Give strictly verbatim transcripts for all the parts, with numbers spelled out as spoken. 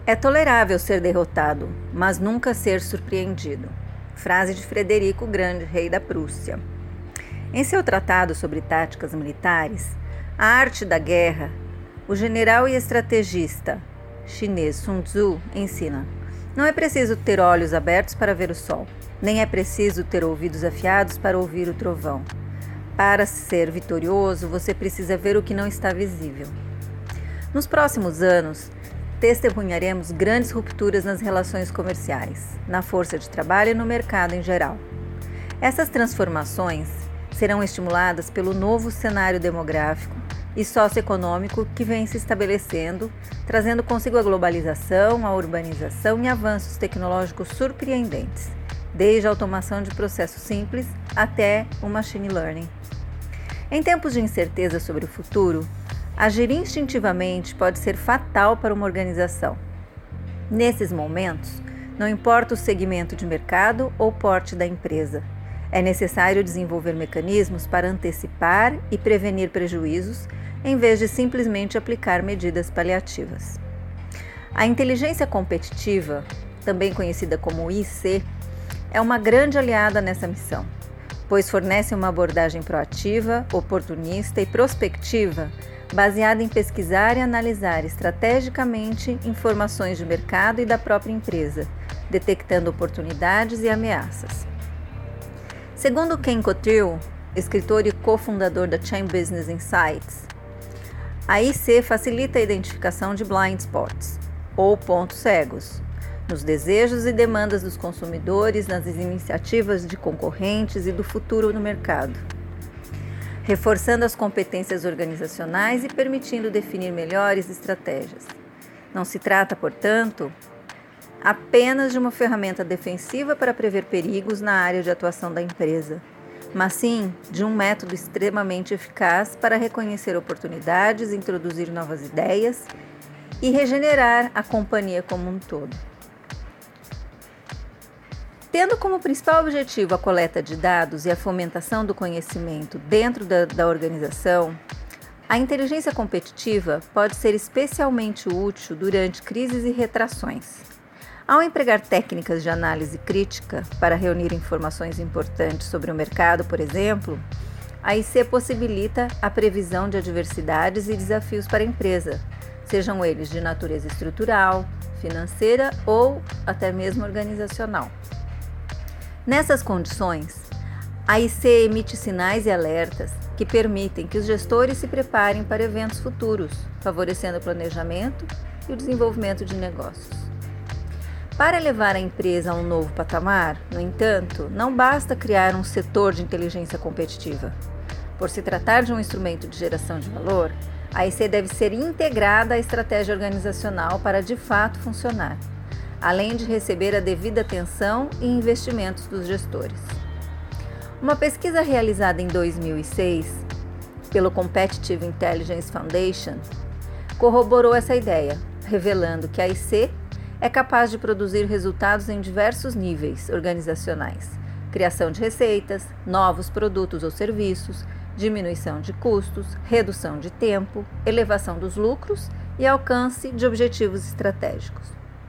É tolerável ser derrotado, mas nunca ser surpreendido. Frase de Frederico o Grande, rei da Prússia. Em seu tratado sobre táticas militares, A Arte da Guerra, o general e estrategista chinês Sun Tzu ensina: não é preciso ter olhos abertos para ver o sol, nem é preciso ter ouvidos afiados para ouvir o trovão. Para ser vitorioso, você precisa ver o que não está visível. Nos próximos anos, testemunharemos grandes rupturas nas relações comerciais, na força de trabalho e no mercado em geral. Essas transformações serão estimuladas pelo novo cenário demográfico e socioeconômico que vem se estabelecendo, trazendo consigo a globalização, a urbanização e avanços tecnológicos surpreendentes, desde a automação de processos simples até o machine learning. Em tempos de incerteza sobre o futuro, agir instintivamente pode ser fatal para uma organização. Nesses momentos, não importa o segmento de mercado ou porte da empresa, é necessário desenvolver mecanismos para antecipar e prevenir prejuízos, em vez de simplesmente aplicar medidas paliativas. A inteligência competitiva, também conhecida como I C, é uma grande aliada nessa missão, pois fornece uma abordagem proativa, oportunista e prospectiva, baseada em pesquisar e analisar estrategicamente informações de mercado e da própria empresa, detectando oportunidades e ameaças. Segundo Ken Cottrell, escritor e cofundador da Chain Business Insights, a I C facilita a identificação de blind spots, ou pontos cegos, nos desejos e demandas dos consumidores, nas iniciativas de concorrentes e do futuro no mercado, reforçando as competências organizacionais e permitindo definir melhores estratégias. Não se trata, portanto, apenas de uma ferramenta defensiva para prever perigos na área de atuação da empresa, mas sim de um método extremamente eficaz para reconhecer oportunidades, introduzir novas ideias e regenerar a companhia como um todo. Tendo como principal objetivo a coleta de dados e a fomentação do conhecimento dentro da, da organização, a inteligência competitiva pode ser especialmente útil durante crises e retrações. Ao empregar técnicas de análise crítica para reunir informações importantes sobre o mercado, por exemplo, a I C possibilita a previsão de adversidades e desafios para a empresa, sejam eles de natureza estrutural, financeira ou até mesmo organizacional. Nessas condições, a I C emite sinais e alertas que permitem que os gestores se preparem para eventos futuros, favorecendo o planejamento e o desenvolvimento de negócios. Para levar a empresa a um novo patamar, no entanto, não basta criar um setor de inteligência competitiva. Por se tratar de um instrumento de geração de valor, a I C deve ser integrada à estratégia organizacional para de fato funcionar, além de receber a devida atenção e investimentos dos gestores. Uma pesquisa realizada em dois mil e seis pelo Competitive Intelligence Foundation corroborou essa ideia, revelando que a I C é capaz de produzir resultados em diversos níveis organizacionais: criação de receitas, novos produtos ou serviços, diminuição de custos, redução de tempo, elevação dos lucros e alcance de objetivos estratégicos.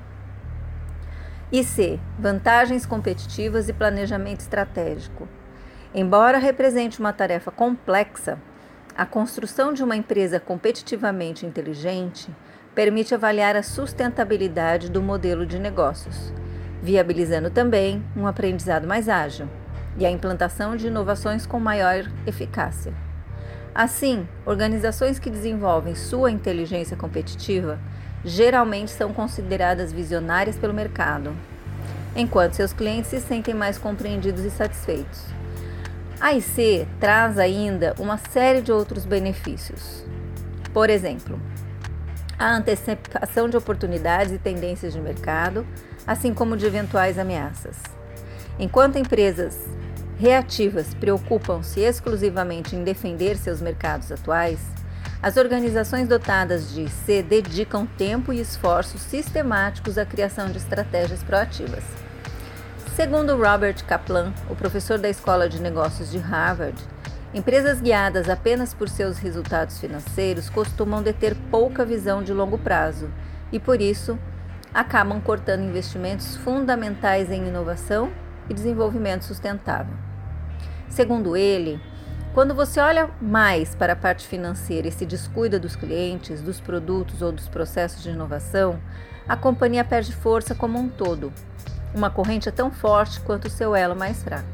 I C, vantagens competitivas e planejamento estratégico. Embora represente uma tarefa complexa, a construção de uma empresa competitivamente inteligente permite avaliar a sustentabilidade do modelo de negócios, viabilizando também um aprendizado mais ágil e a implantação de inovações com maior eficácia. Assim, organizações que desenvolvem sua inteligência competitiva geralmente são consideradas visionárias pelo mercado, enquanto seus clientes se sentem mais compreendidos e satisfeitos. A I C traz ainda uma série de outros benefícios. Por exemplo, a antecipação de oportunidades e tendências de mercado, assim como de eventuais ameaças. Enquanto empresas reativas preocupam-se exclusivamente em defender seus mercados atuais, as organizações dotadas de I C dedicam tempo e esforços sistemáticos à criação de estratégias proativas. Segundo Robert Kaplan, o professor da Escola de Negócios de Harvard, empresas guiadas apenas por seus resultados financeiros costumam deter pouca visão de longo prazo e, por isso, acabam cortando investimentos fundamentais em inovação e desenvolvimento sustentável. Segundo ele, quando você olha mais para a parte financeira e se descuida dos clientes, dos produtos ou dos processos de inovação, a companhia perde força como um todo. Uma corrente é tão forte quanto o seu elo mais fraco.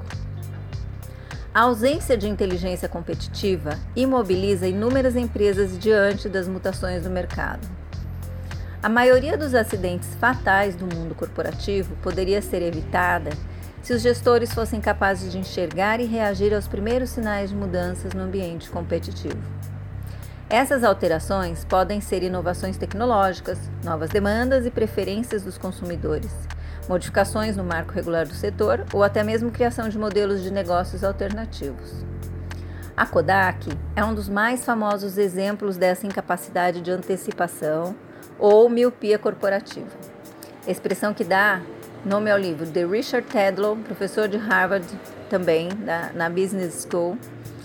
A ausência de inteligência competitiva imobiliza inúmeras empresas diante das mutações do mercado. A maioria dos acidentes fatais do mundo corporativo poderia ser evitada se os gestores fossem capazes de enxergar e reagir aos primeiros sinais de mudanças no ambiente competitivo. Essas alterações podem ser inovações tecnológicas, novas demandas e preferências dos consumidores, modificações no marco regular do setor ou até mesmo criação de modelos de negócios alternativos. A Kodak é um dos mais famosos exemplos dessa incapacidade de antecipação ou miopia corporativa, expressão que dá nome ao livro de Richard Tedlow, professor de Harvard também, da, na Business School,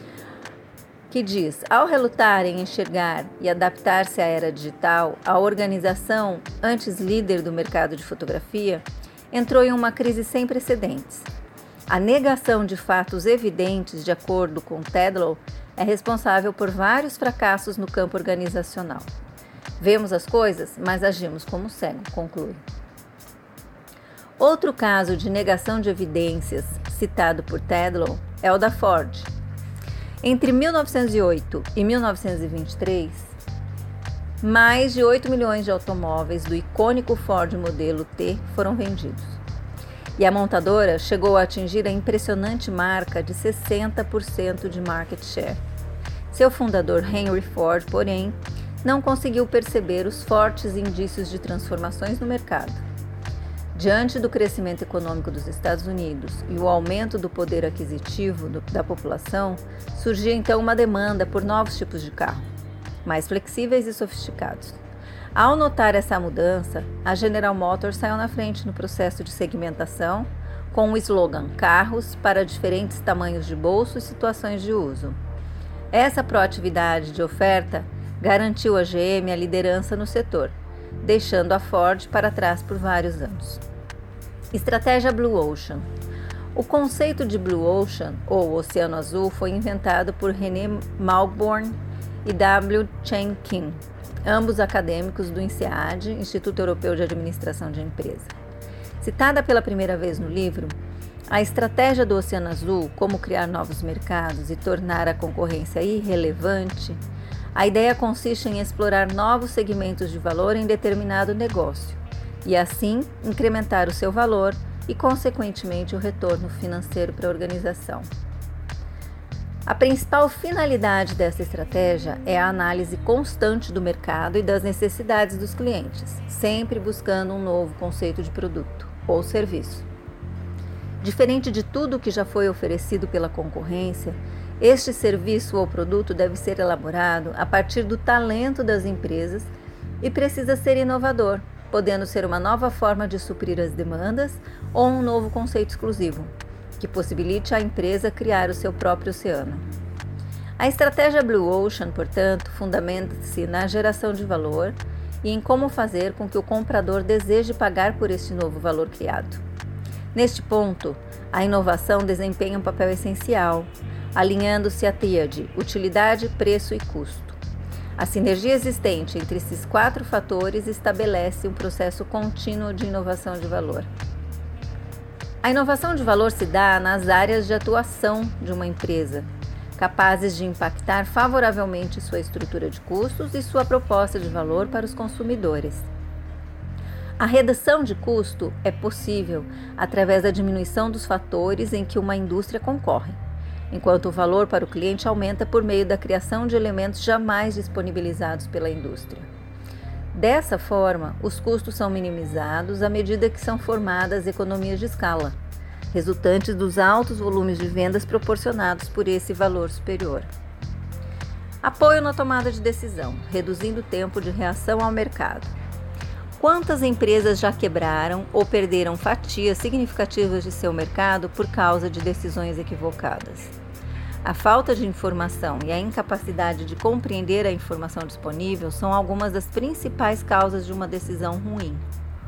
que diz: ao relutar em enxergar e adaptar-se à era digital, a organização, antes líder do mercado de fotografia, entrou em uma crise sem precedentes. A negação de fatos evidentes, de acordo com Tedlow, é responsável por vários fracassos no campo organizacional. Vemos as coisas, mas agimos como cego, conclui. Outro caso de negação de evidências citado por Tedlow é o da Ford. Entre mil novecentos e oito e mil novecentos e vinte e três, mais de oito milhões de automóveis do icônico Ford modelo T foram vendidos. E a montadora chegou a atingir a impressionante marca de sessenta por cento de market share. Seu fundador, Henry Ford, porém, não conseguiu perceber os fortes indícios de transformações no mercado. Diante do crescimento econômico dos Estados Unidos e o aumento do poder aquisitivo do, da população, surgia então uma demanda por novos tipos de carro, mais flexíveis e sofisticados. Ao notar essa mudança, a General Motors saiu na frente no processo de segmentação com o slogan "Carros para diferentes tamanhos de bolso e situações de uso". Essa proatividade de oferta garantiu à G M a liderança no setor, deixando a Ford para trás por vários anos. Estratégia Blue Ocean. O conceito de Blue Ocean, ou Oceano Azul, foi inventado por René Malborn e W. Chen Qin, ambos acadêmicos do INSEAD, Instituto Europeu de Administração de Empresa. Citada pela primeira vez no livro, a estratégia do Oceano Azul, como criar novos mercados e tornar a concorrência irrelevante, a ideia consiste em explorar novos segmentos de valor em determinado negócio e, assim, incrementar o seu valor e, consequentemente, o retorno financeiro para a organização. A principal finalidade dessa estratégia é a análise constante do mercado e das necessidades dos clientes, sempre buscando um novo conceito de produto ou serviço. Diferente de tudo que já foi oferecido pela concorrência, este serviço ou produto deve ser elaborado a partir do talento das empresas e precisa ser inovador, podendo ser uma nova forma de suprir as demandas ou um novo conceito exclusivo, que possibilite à empresa criar o seu próprio oceano. A estratégia Blue Ocean, portanto, fundamenta-se na geração de valor e em como fazer com que o comprador deseje pagar por este novo valor criado. Neste ponto, a inovação desempenha um papel essencial, alinhando-se à tríade utilidade, preço e custo. A sinergia existente entre esses quatro fatores estabelece um processo contínuo de inovação de valor. A inovação de valor se dá nas áreas de atuação de uma empresa, capazes de impactar favoravelmente sua estrutura de custos e sua proposta de valor para os consumidores. A redução de custo é possível através da diminuição dos fatores em que uma indústria concorre, enquanto o valor para o cliente aumenta por meio da criação de elementos jamais disponibilizados pela indústria. Dessa forma, os custos são minimizados à medida que são formadas economias de escala, resultantes dos altos volumes de vendas proporcionados por esse valor superior. Apoio na tomada de decisão, reduzindo o tempo de reação ao mercado. Quantas empresas já quebraram ou perderam fatias significativas de seu mercado por causa de decisões equivocadas? A falta de informação e a incapacidade de compreender a informação disponível são algumas das principais causas de uma decisão ruim.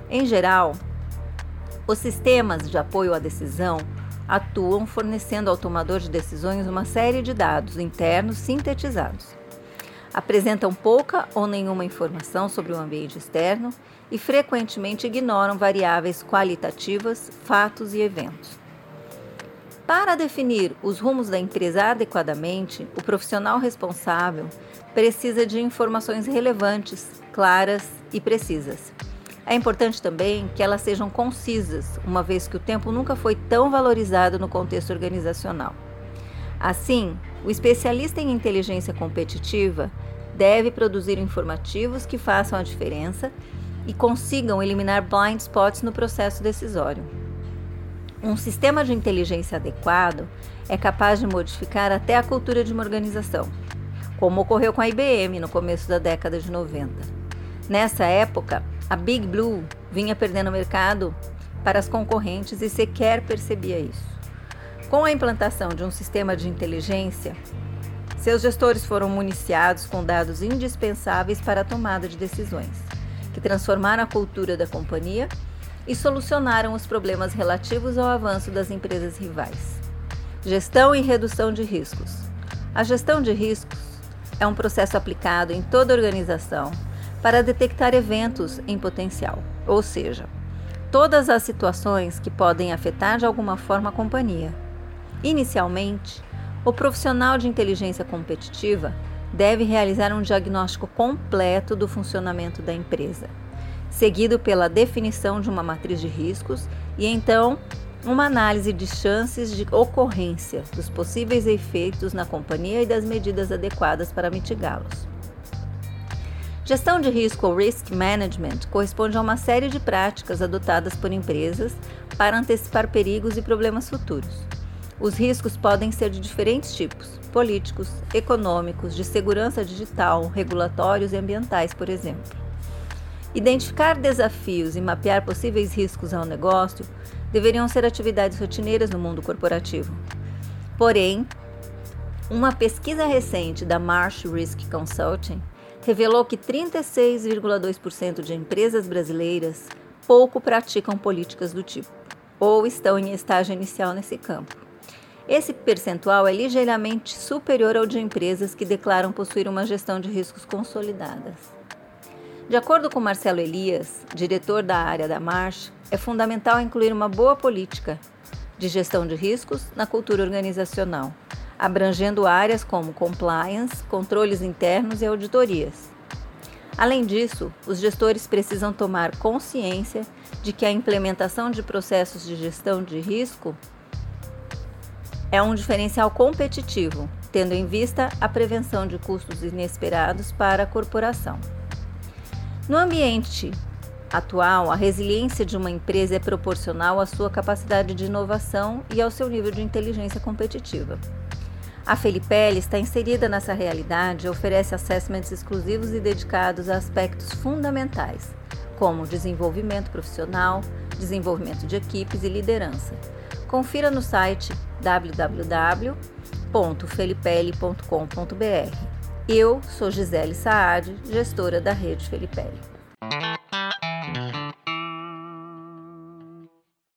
Em geral, os sistemas de apoio à decisão atuam fornecendo ao tomador de decisões uma série de dados internos sintetizados. Apresentam pouca ou nenhuma informação sobre o ambiente externo e frequentemente ignoram variáveis qualitativas, fatos e eventos. Para definir os rumos da empresa adequadamente, o profissional responsável precisa de informações relevantes, claras e precisas. É importante também que elas sejam concisas, uma vez que o tempo nunca foi tão valorizado no contexto organizacional. Assim, o especialista em inteligência competitiva deve produzir informativos que façam a diferença e consigam eliminar blind spots no processo decisório. Um sistema de inteligência adequado é capaz de modificar até a cultura de uma organização, como ocorreu com a I B M no começo da década de noventa. Nessa época, a Big Blue vinha perdendo mercado para as concorrentes e sequer percebia isso. Com a implantação de um sistema de inteligência, seus gestores foram municiados com dados indispensáveis para a tomada de decisões, que transformaram a cultura da companhia e solucionaram os problemas relativos ao avanço das empresas rivais. Gestão e redução de riscos. A gestão de riscos é um processo aplicado em toda organização para detectar eventos em potencial, ou seja, todas as situações que podem afetar de alguma forma a companhia. Inicialmente, o profissional de inteligência competitiva deve realizar um diagnóstico completo do funcionamento da empresa, seguido pela definição de uma matriz de riscos e então uma análise de chances de ocorrência dos possíveis efeitos na companhia e das medidas adequadas para mitigá-los. Gestão de risco ou risk management corresponde a uma série de práticas adotadas por empresas para antecipar perigos e problemas futuros. Os riscos podem ser de diferentes tipos: políticos, econômicos, de segurança digital, regulatórios e ambientais, por exemplo. Identificar desafios e mapear possíveis riscos ao negócio deveriam ser atividades rotineiras no mundo corporativo. Porém, uma pesquisa recente da Marsh Risk Consulting revelou que trinta e seis vírgula dois por cento de empresas brasileiras pouco praticam políticas do tipo, ou estão em estágio inicial nesse campo. Esse percentual é ligeiramente superior ao de empresas que declaram possuir uma gestão de riscos consolidadas. De acordo com Marcelo Elias, diretor da área da Marsh, é fundamental incluir uma boa política de gestão de riscos na cultura organizacional, abrangendo áreas como compliance, controles internos e auditorias. Além disso, os gestores precisam tomar consciência de que a implementação de processos de gestão de risco é um diferencial competitivo, tendo em vista a prevenção de custos inesperados para a corporação. No ambiente atual, a resiliência de uma empresa é proporcional à sua capacidade de inovação e ao seu nível de inteligência competitiva. A Felipelli está inserida nessa realidade e oferece assessments exclusivos e dedicados a aspectos fundamentais, como desenvolvimento profissional, desenvolvimento de equipes e liderança. Confira no site w w w ponto felipelli ponto com ponto b r. Eu sou Gisele Saad, gestora da Rede Felipelli.